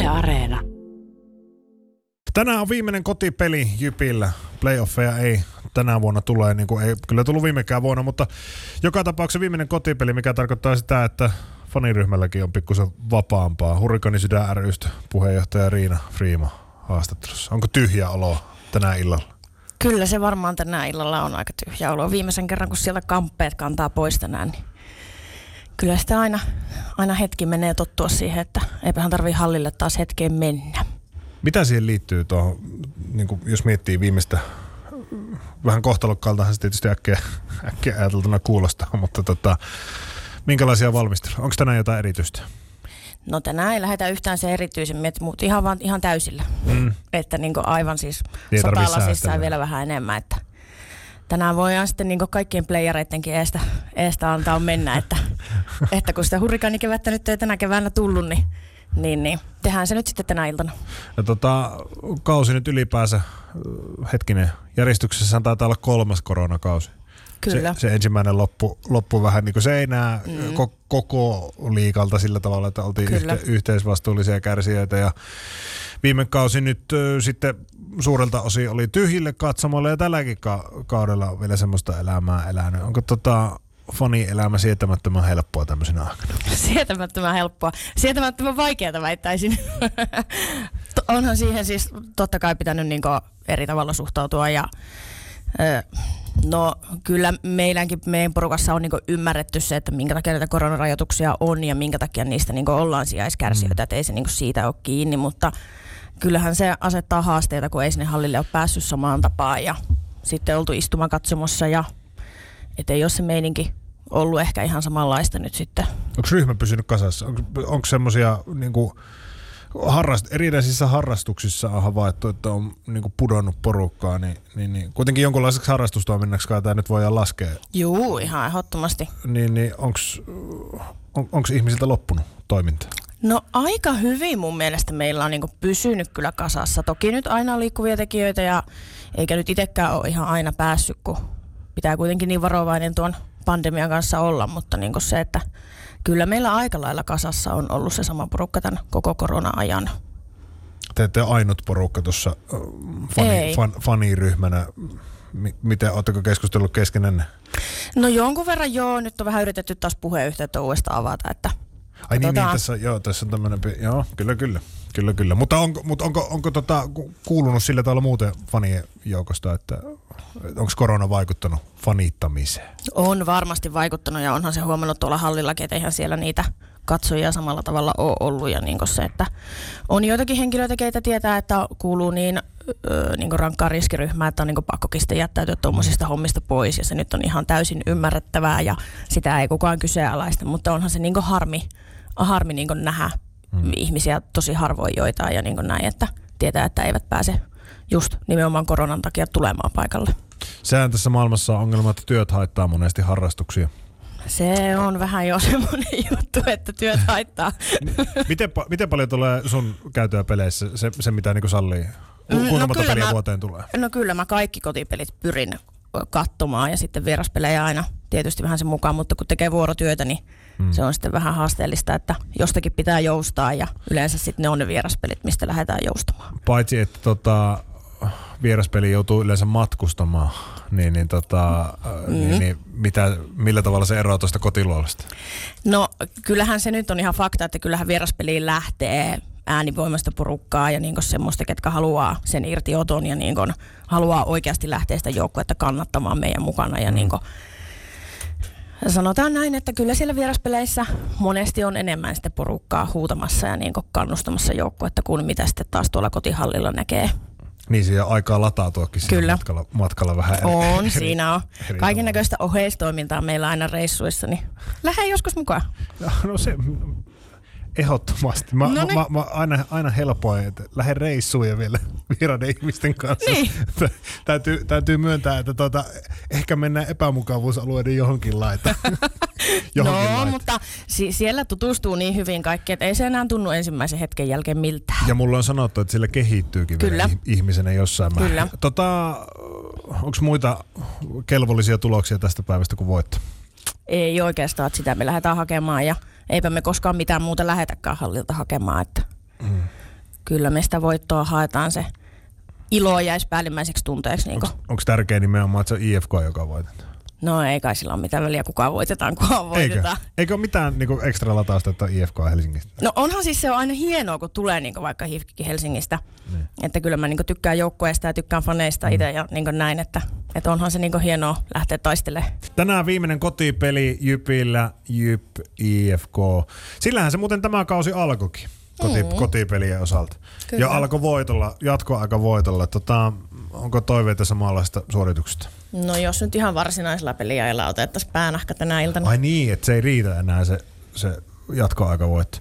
Yle Areena. Tänään on viimeinen kotipeli Jypillä. Playoffeja ei tänä vuonna tule, niin kuin ei kyllä tullut viimekään vuonna, mutta joka tapauksessa viimeinen kotipeli, mikä tarkoittaa sitä, että faniryhmälläkin on pikkusen vapaampaa. Hurrikaani Sydän ry:stä puheenjohtaja Riina Friima haastattelussa. Onko tyhjä olo tänä illalla? Kyllä se varmaan tänä illalla on aika tyhjä olo. Viimeisen kerran, kun sieltä kamppeet kantaa pois tänään, niin kyllä sitä aina hetki menee tottua siihen, että eipähän tarvii hallille taas hetkeen mennä. Mitä siihen liittyy tuohon, niin kuin jos miettii viimeistä, vähän kohtalokkaaltahan se tietysti äkkiä ajateltuna kuulostaa, mutta minkälaisia valmisteluja? Onko tänään jotain erityistä? No tänään ei lähdetä yhtään se erityisemmin, mutta ihan täysillä. Että niin aivan siis satalasissa ja vielä vähän enemmän. Että tänään voidaan sitten niin kaikkien playereittenkin eestä antaa mennä, että kun sitä hurrikaanikevättä nyt ei tänä keväänä tullut, niin tehdään se nyt sitten tänä iltana. Ja kausi nyt ylipäänsä, järjestyksessä taitaa olla 3. koronakausi. Kyllä. Se ensimmäinen loppu vähän niin kuin se ei näe koko liigalta sillä tavalla, että oltiin yhteisvastuullisia kärsijöitä. Ja viime kausi nyt sitten suurelta osin oli tyhjille katsomolle ja tälläkin kaudella on vielä semmoista elämää elänyt. Onko fanielämä sietämättömän helppoa tämmöisenä aikana? Sietämättömän helppoa. Sietämättömän vaikeata väittäisin. Onhan siihen siis totta kai pitänyt niin eri tavalla suhtautua ja no kyllä meidän porukassa on niin ymmärretty se, että minkä takia näitä koronarajoituksia on ja minkä takia niistä niin ollaan sijaiskärsijöitä, että ei se niin siitä ole kiinni, mutta kyllähän se asettaa haasteita, kun ei sinne hallille ole päässyt samaan tapaan ja sitten oltu istumakatsomossa ja että ei ole se meininki ollut ehkä ihan samanlaista nyt sitten. Onko ryhmä pysynyt kasassa? Onko semmoisia niinku erinäisissä harrastuksissa on havaittu, että on niinku pudonnut porukkaa, niin kuitenkin jonkunlaiseksi harrastustoiminnaksi tämä nyt voidaan laskea. Juu, ihan ehdottomasti. Niin onko ihmisiltä loppunut toiminta? No aika hyvin mun mielestä meillä on niinku pysynyt kyllä kasassa. Toki nyt aina on liikkuvia tekijöitä ja eikä nyt itsekään ole ihan aina päässyt, kun pitää kuitenkin niin varovainen tuon pandemian kanssa olla, mutta niinku se, että kyllä meillä aika lailla kasassa on ollut se sama porukka tämän koko korona-ajan. Te ette ole ainut porukka tuossa faniryhmänä. Miten, ootteko keskustellut keskenenne? No jonkun verran joo, nyt on vähän yritetty taas puheenyhteyttä uudestaan avata, että ai niin, tässä on tämmöinen, joo, kyllä. Mutta onko kuulunut sillä tavalla muuten fanien joukosta, että onko korona vaikuttanut fanittamiseen? On varmasti vaikuttanut ja onhan se huomannut tuolla hallillakin, että eihän siellä niitä katsojia samalla tavalla ole ollut ja niin se, että on joitakin henkilöitä, keitä tietää, että kuuluu niin rankkaan riskiryhmään, että on niin pakkokin sitten jättäytyä tuommoisista hommista pois ja se nyt on ihan täysin ymmärrettävää ja sitä ei kukaan kyseenalaista, mutta onhan se niin harmi niin nähdä ihmisiä tosi harvoin joitain ja niin näin, että tietää, että eivät pääse just nimenomaan koronan takia tulemaan paikalle. Sehän tässä maailmassa on ongelma, että työt haittaa monesti harrastuksia. Se on vähän jo semmoinen juttu, että työt haittaa. Miten paljon tulee sun käytöä peleissä, se mitä niin sallii? Kuinka monta peliä vuoteen tulee? No kyllä mä kaikki kotipelit pyrin katsomaan ja sitten vieraspelejä aina tietysti vähän sen mukaan, mutta kun tekee vuorotyötä, niin se on sitten vähän haasteellista, että jostakin pitää joustaa ja yleensä sitten ne on ne vieraspelit, mistä lähdetään joustamaan. Paitsi, että vieraspeli joutuu yleensä matkustamaan, niin millä tavalla se eroaa tuosta kotiluolasta? No kyllähän se nyt on ihan fakta, että kyllähän vieraspeliin lähtee äänivoimasta porukkaa ja niin semmoista, ketkä haluaa sen irtioton ja niin haluaa oikeasti lähteä sitä joukkuetta kannattamaan meidän mukana. Ja niin sanotaan näin, että kyllä siellä vieraspeleissä monesti on enemmän sitä porukkaa huutamassa ja niin kannustamassa joukkuetta kuin mitä sitten taas tuolla kotihallilla näkee. Niin siinä aikaa latautuakin siinä matkalla vähän on, siinä on. Kaikennäköistä oheistoimintaa meillä aina reissuissa, niin lähde joskus mukaan. No se ehdottomasti. Mä aina helpoin, että lähde reissuun ja vielä vieraiden ihmisten kanssa. Niin. Täytyy myöntää, että ehkä mennään epämukavuusalueiden johonkin laitaan. Mutta siellä tutustuu niin hyvin kaikki, että ei se enää tunnu ensimmäisen hetken jälkeen miltään. Ja mulla on sanottu, että sillä kehittyykin vielä ihmisenä jossain määrin. Onko muita kelvollisia tuloksia tästä päivästä kuin voitto? Ei oikeastaan, että sitä me lähdetään hakemaan ja eipä me koskaan mitään muuta lähetäkään hallilta hakemaan, että kyllä me sitä voittoa haetaan se ilo jäisi päällimmäiseksi tunteeksi. Niin onko tärkeä nimenomaan, että se on IFK, joka voitetaan? No ei kai sillä ole mitään väliä, kukaan voitetaan, kunhan voitetaan. Eikö ole mitään niin ekstra latausta, että IFK Helsingistä? No onhan siis se on aina hienoa, kun tulee niin vaikka HIFK Helsingistä. Niin. Että kyllä mä niin tykkään joukkueesta ja tykkään faneista itse ja niin näin, että onhan se niin hienoa lähteä taistelemaan. Tänään viimeinen kotipeli Jypillä, Jyp IFK. Sillähän se muuten tämä kausi alkoikin. Kotipelien osalta. Kyllä. Ja alkoi voitolla, jatkoaika voitolla. Onko toiveita samanlaista suorituksesta? No jos nyt ihan varsinaisella peliajalla otettaisiin päänahka tänä iltana. Ai niin, että se ei riitä enää se jatkoaika voitto.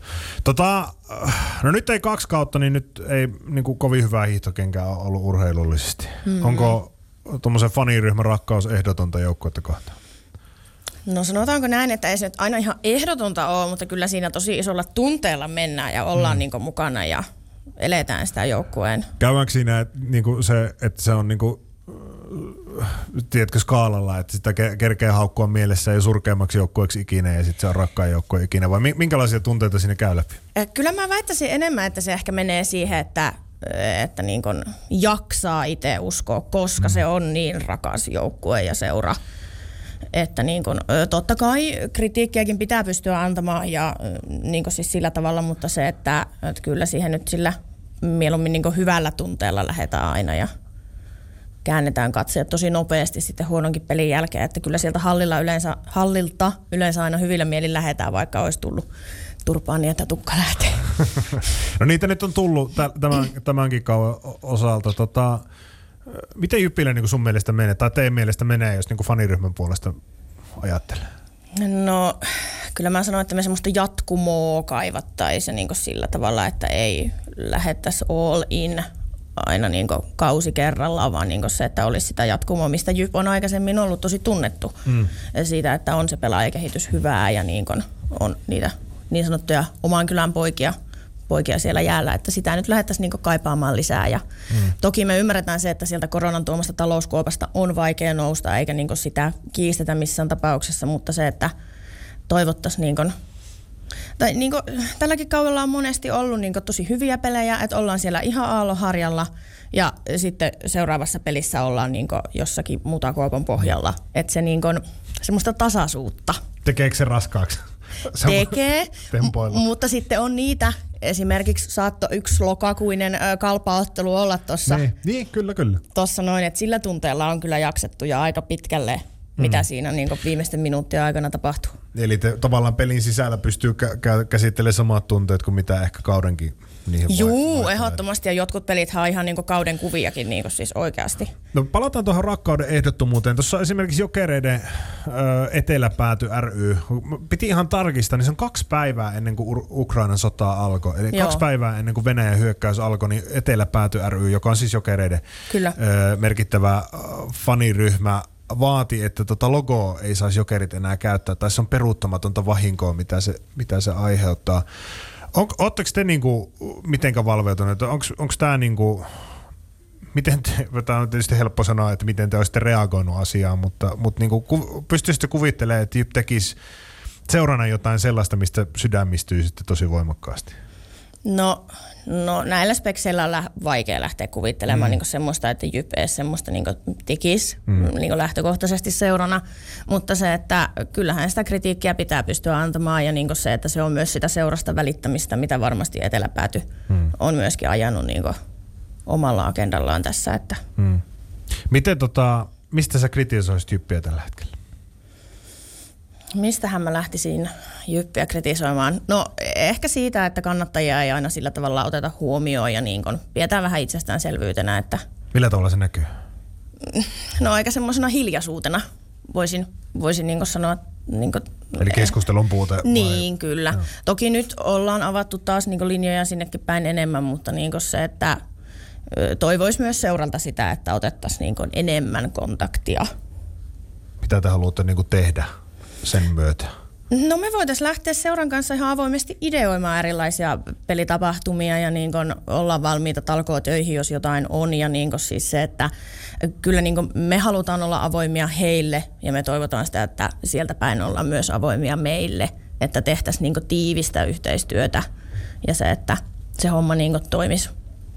No nyt ei 2 kautta, niin nyt ei niin kuin kovin hyvää hiihtokenkää ole ollut urheilullisesti. Onko tuommoisen faniryhmän rakkaus ehdotonta joukkuetta kohtaan? No sanotaanko näin, että ei se nyt aina ihan ehdotonta ole, mutta kyllä siinä tosi isolla tunteella mennään ja ollaan niin kuin mukana ja eletään sitä joukkueen. Käydäänkö siinä niinku että se on niinku, tiedätkö, skaalalla, että sitä kerkeä haukkua mielessä ja surkeammaksi joukkueeksi ikinä ja sitten se on rakkaan joukkue ikinä, vai minkälaisia tunteita siinä käy läpi? Kyllä mä väittäisin enemmän, että se ehkä menee siihen, että niin kun jaksaa itse uskoa, koska se on niin rakas joukkue ja seura. Että niin kun, totta kai kritiikkiäkin pitää pystyä antamaan ja niin kun siis sillä tavalla, mutta se, että kyllä siihen nyt sillä mieluummin niin kun hyvällä tunteella lähdetään aina ja käännetään katseet tosi nopeasti sitten huononkin pelin jälkeen, että kyllä sieltä hallilta yleensä aina hyvillä mielin lähdetään, vaikka olisi tullut turpaan niin, että tukka lähtee. No niitä nyt on tullut tämänkin kauan osalta. Miten Jypille niin sun mielestä menee, tai teidän mielestä menee, jos niin faniryhmän puolesta ajattelee? No kyllä mä sanon, että me semmoista jatkumoa kaivattaisiin niin sillä tavalla, että ei lähettäisi all in aina niin kausi kerrallaan, vaan niin se, että olisi sitä jatkumoa, mistä Jyp on aikaisemmin ollut tosi tunnettu. Siitä, että on se pelaajakehitys hyvää ja niin on niitä niin sanottuja oman kylän poikia siellä jäällä, että sitä nyt lähdettäisiin niin kaipaamaan lisää. Ja toki me ymmärretään se, että sieltä koronan tuomasta talouskuopasta on vaikea nousta, eikä niin sitä kiistetä missään tapauksessa, mutta se, että toivottaisiin tälläkin kaudella on monesti ollut tosi hyviä pelejä, että ollaan siellä ihan aallonharjalla ja sitten seuraavassa pelissä ollaan jossakin mutakuopan pohjalla. Että se semmoista tasaisuutta. Tekeekö se raskaaksi? Tekee, mutta sitten on niitä, esimerkiksi saatto 1 lokakuinen kalpaottelu olla tuossa. Niin, kyllä. Tuossa noin, että sillä tunteella on kyllä jaksettu ja aika pitkälle, mitä siinä viimeisten minuuttien aikana tapahtuu. Eli tavallaan pelin sisällä pystyy käsittelemään samat tunteet kuin mitä ehkä kaudenkin niihin. Juu, ehdottomasti, ja jotkut pelithän on ihan kauden kuviakin siis oikeasti. No palataan tuohon rakkauden ehdottomuuteen. Tuossa esimerkiksi Jokereiden eteläpääty ry, piti ihan tarkistaa, niin se on 2 päivää ennen kuin Ukrainan sota alkoi. Eli 2 päivää ennen kuin Venäjän hyökkäys alkoi, niin eteläpääty ry, joka on siis Jokereiden merkittävä faniryhmä, vaati, että logoa ei saisi Jokerit enää käyttää, tai se on peruuttamatonta vahinkoa, mitä se aiheuttaa. Oletteko te mitenkä valveutuneet? Onko tämä tämä on tietysti helppo sanoa, että miten te olisitte reagoinut asiaan, mutta pystyisitte kuvittelemaan, että Jyp tekisi seurana jotain sellaista, mistä sydämistyy sitten tosi voimakkaasti? No näillä spekseillä on vaikea lähteä kuvittelemaan semmoista, että Jyp ei semmoista tekisi lähtökohtaisesti seurana, mutta se, että kyllähän sitä kritiikkiä pitää pystyä antamaan ja se, että se on myös sitä seurasta välittämistä, mitä varmasti eteläpääty on myöskin ajanut omalla agendallaan tässä. Että. Miten mistä sä kritisoisit Jyppiä tällä hetkellä? Mistähän mä lähtisin Jyppiä kritisoimaan? No ehkä siitä, että kannattajia ei aina sillä tavalla oteta huomioon ja pidetään vähän itsestäänselvyytenä. Että millä tavalla se näkyy? No aika semmoisena hiljaisuutena voisin sanoa. Eli keskustelun puute? Niin, kyllä. No. Toki nyt ollaan avattu taas linjoja sinnekin päin enemmän, mutta se, että toivoisi myös seuralta sitä, että otettaisiin enemmän kontaktia. Mitä te haluatte tehdä sen myötä? No me voitaisiin lähteä seuran kanssa ihan avoimesti ideoimaan erilaisia pelitapahtumia ja ollaan valmiita talkootöihin, jos jotain on. Ja siis se, että kyllä me halutaan olla avoimia heille ja me toivotaan sitä, että sieltä päin ollaan myös avoimia meille, että tehtäisiin tiivistä yhteistyötä. Ja se, että se homma niin toimisi.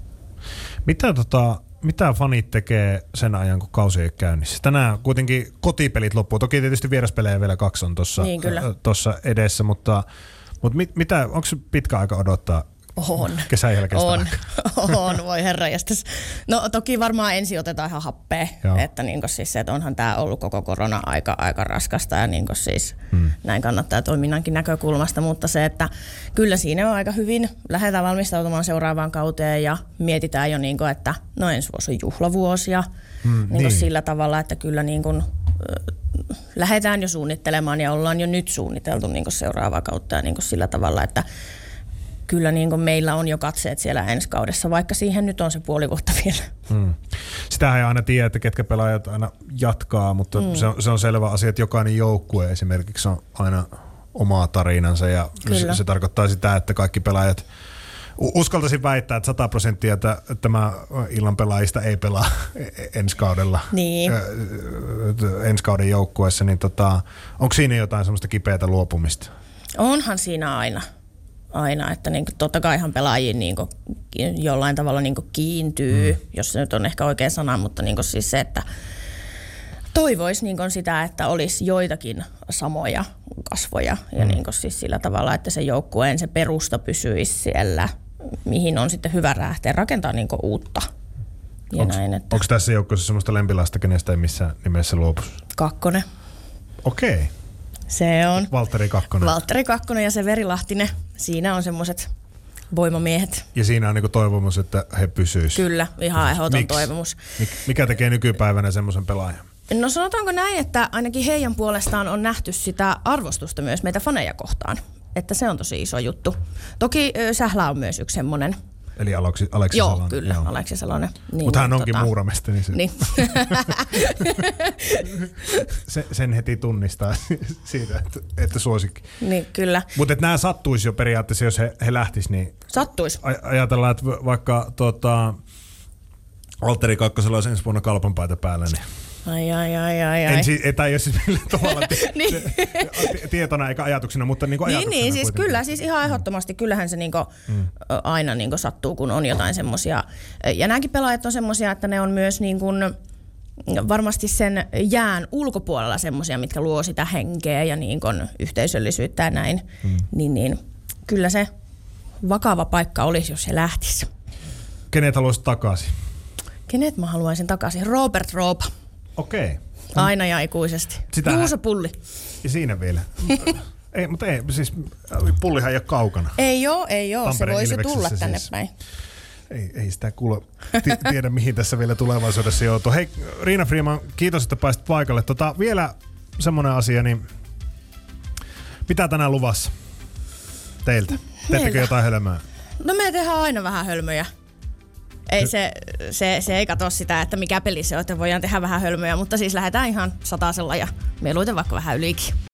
Mitä fanit tekee sen ajan, kun kausi ei ole käynnissä? Tänään kuitenkin kotipelit loppuu. Toki tietysti vieraspelejä vielä 2 on tuossa edessä, mutta onko se pitkä aika odottaa kesän jälkeistä On, voi herranjestas. No toki varmaan ensin otetaan ihan happea, että, niin siis, että onhan tämä ollut koko korona-aika aika raskasta ja niin siis näin kannattaa toiminnankin näkökulmasta, mutta se, että kyllä siinä on aika hyvin, lähdetään valmistautumaan seuraavaan kauteen ja mietitään jo, niin kuin, että no ensi vuosi on juhlavuosi ja niin sillä tavalla, että kyllä niin kuin, lähdetään jo suunnittelemaan ja ollaan jo nyt suunniteltu niin seuraavaa kautta ja niin sillä tavalla, että kyllä niin kuin meillä on jo katseet siellä ensi kaudessa, vaikka siihen nyt on se puoli vuotta vielä. Sitähän ei aina tiedä, että ketkä pelaajat aina jatkaa, mutta se on selvä asia, että jokainen joukkue esimerkiksi on aina omaa tarinansa ja se tarkoittaa sitä, että kaikki pelaajat, uskaltaisin väittää, että 100% että tämä illan pelaajista ei pelaa ensi kaudella, ensi kauden joukkueessa, niin onko siinä jotain semmoista kipeätä luopumista? Onhan siinä aina, että niin totta kai ihan pelaajiin niin jollain tavalla niin kiintyy, jos se nyt on ehkä oikea sana, mutta niin siis se, että toivoisi niin sitä, että olisi joitakin samoja kasvoja ja niin siis sillä tavalla, että se joukkueen se perusta pysyisi siellä, mihin on sitten hyvä lähteä rakentaa niin uutta. Onko tässä joukkueessa semmoista lempilasta, kenestä ei missään nimessä luopuisi? Kakkonen. Okei. Se on. Valtteri Kakkonen. Valtteri Kakkonen ja Severi Lahtinen. Siinä on semmoiset voimamiehet. Ja siinä on niinku toivomus, että he pysyisivät. Kyllä, ihan ehdoton toivomus. Mikä tekee nykypäivänä semmoisen pelaajan? No sanotaanko näin, että ainakin heidän puolestaan on nähty sitä arvostusta myös meitä faneja kohtaan. Että se on tosi iso juttu. Toki Sählä on myös yksi semmoinen. Eli Aleksi Salonen. Joo, kyllä, Aleksi Salonen. Niin, mutta hän onkin Muuramesta, niin, niin. sen heti tunnistaa siitä, että suosikki. Niin, kyllä. Mutta nämä sattuisi jo periaatteessa, jos he lähtis, niin sattuisi. Ajatellaan, että vaikka Valtteri Kakkosella olisi ensi vuonna kalpanpaita päällä, niin Ai. Tai ei ole siis millään tavalla tietona eikä ajatuksena, mutta niin ajatuksena. Niin, siis kyllä, siis ihan ehdottomasti. Kyllähän se aina sattuu, kun on jotain semmoisia. Ja nämäkin pelaajat on semmoisia, että ne on myös varmasti sen jään ulkopuolella semmoisia, mitkä luo sitä henkeä ja yhteisöllisyyttä ja näin. Niin kyllä se vakava paikka olisi, jos se lähtisi. Kenet haluaisit takaisin? Kenet mä haluaisin takaisin? Robert Roopa. Okei. Aina ja ikuisesti. Juuso Pulli. Ja siinä vielä. Mutta siis Pullihan ei ole kaukana. Ei oo. Se voisi tulla tänne päin. Ei sitä kuule tiedä, mihin tässä vielä tulevaisuudessa joutuu. Hei, Riina Freeman, kiitos, että pääsit paikalle. Vielä semmoinen asia, niin mitä tänään luvassa teiltä? Teettekö jotain hölmöä? No me tehdään aina vähän hölmöjä. Ei se ei katso sitä, että mikä peli se on, että voidaan tehdä vähän hölmöjä, mutta siis lähdetään ihan satasella ja mieluiten vaikka vähän ylikin.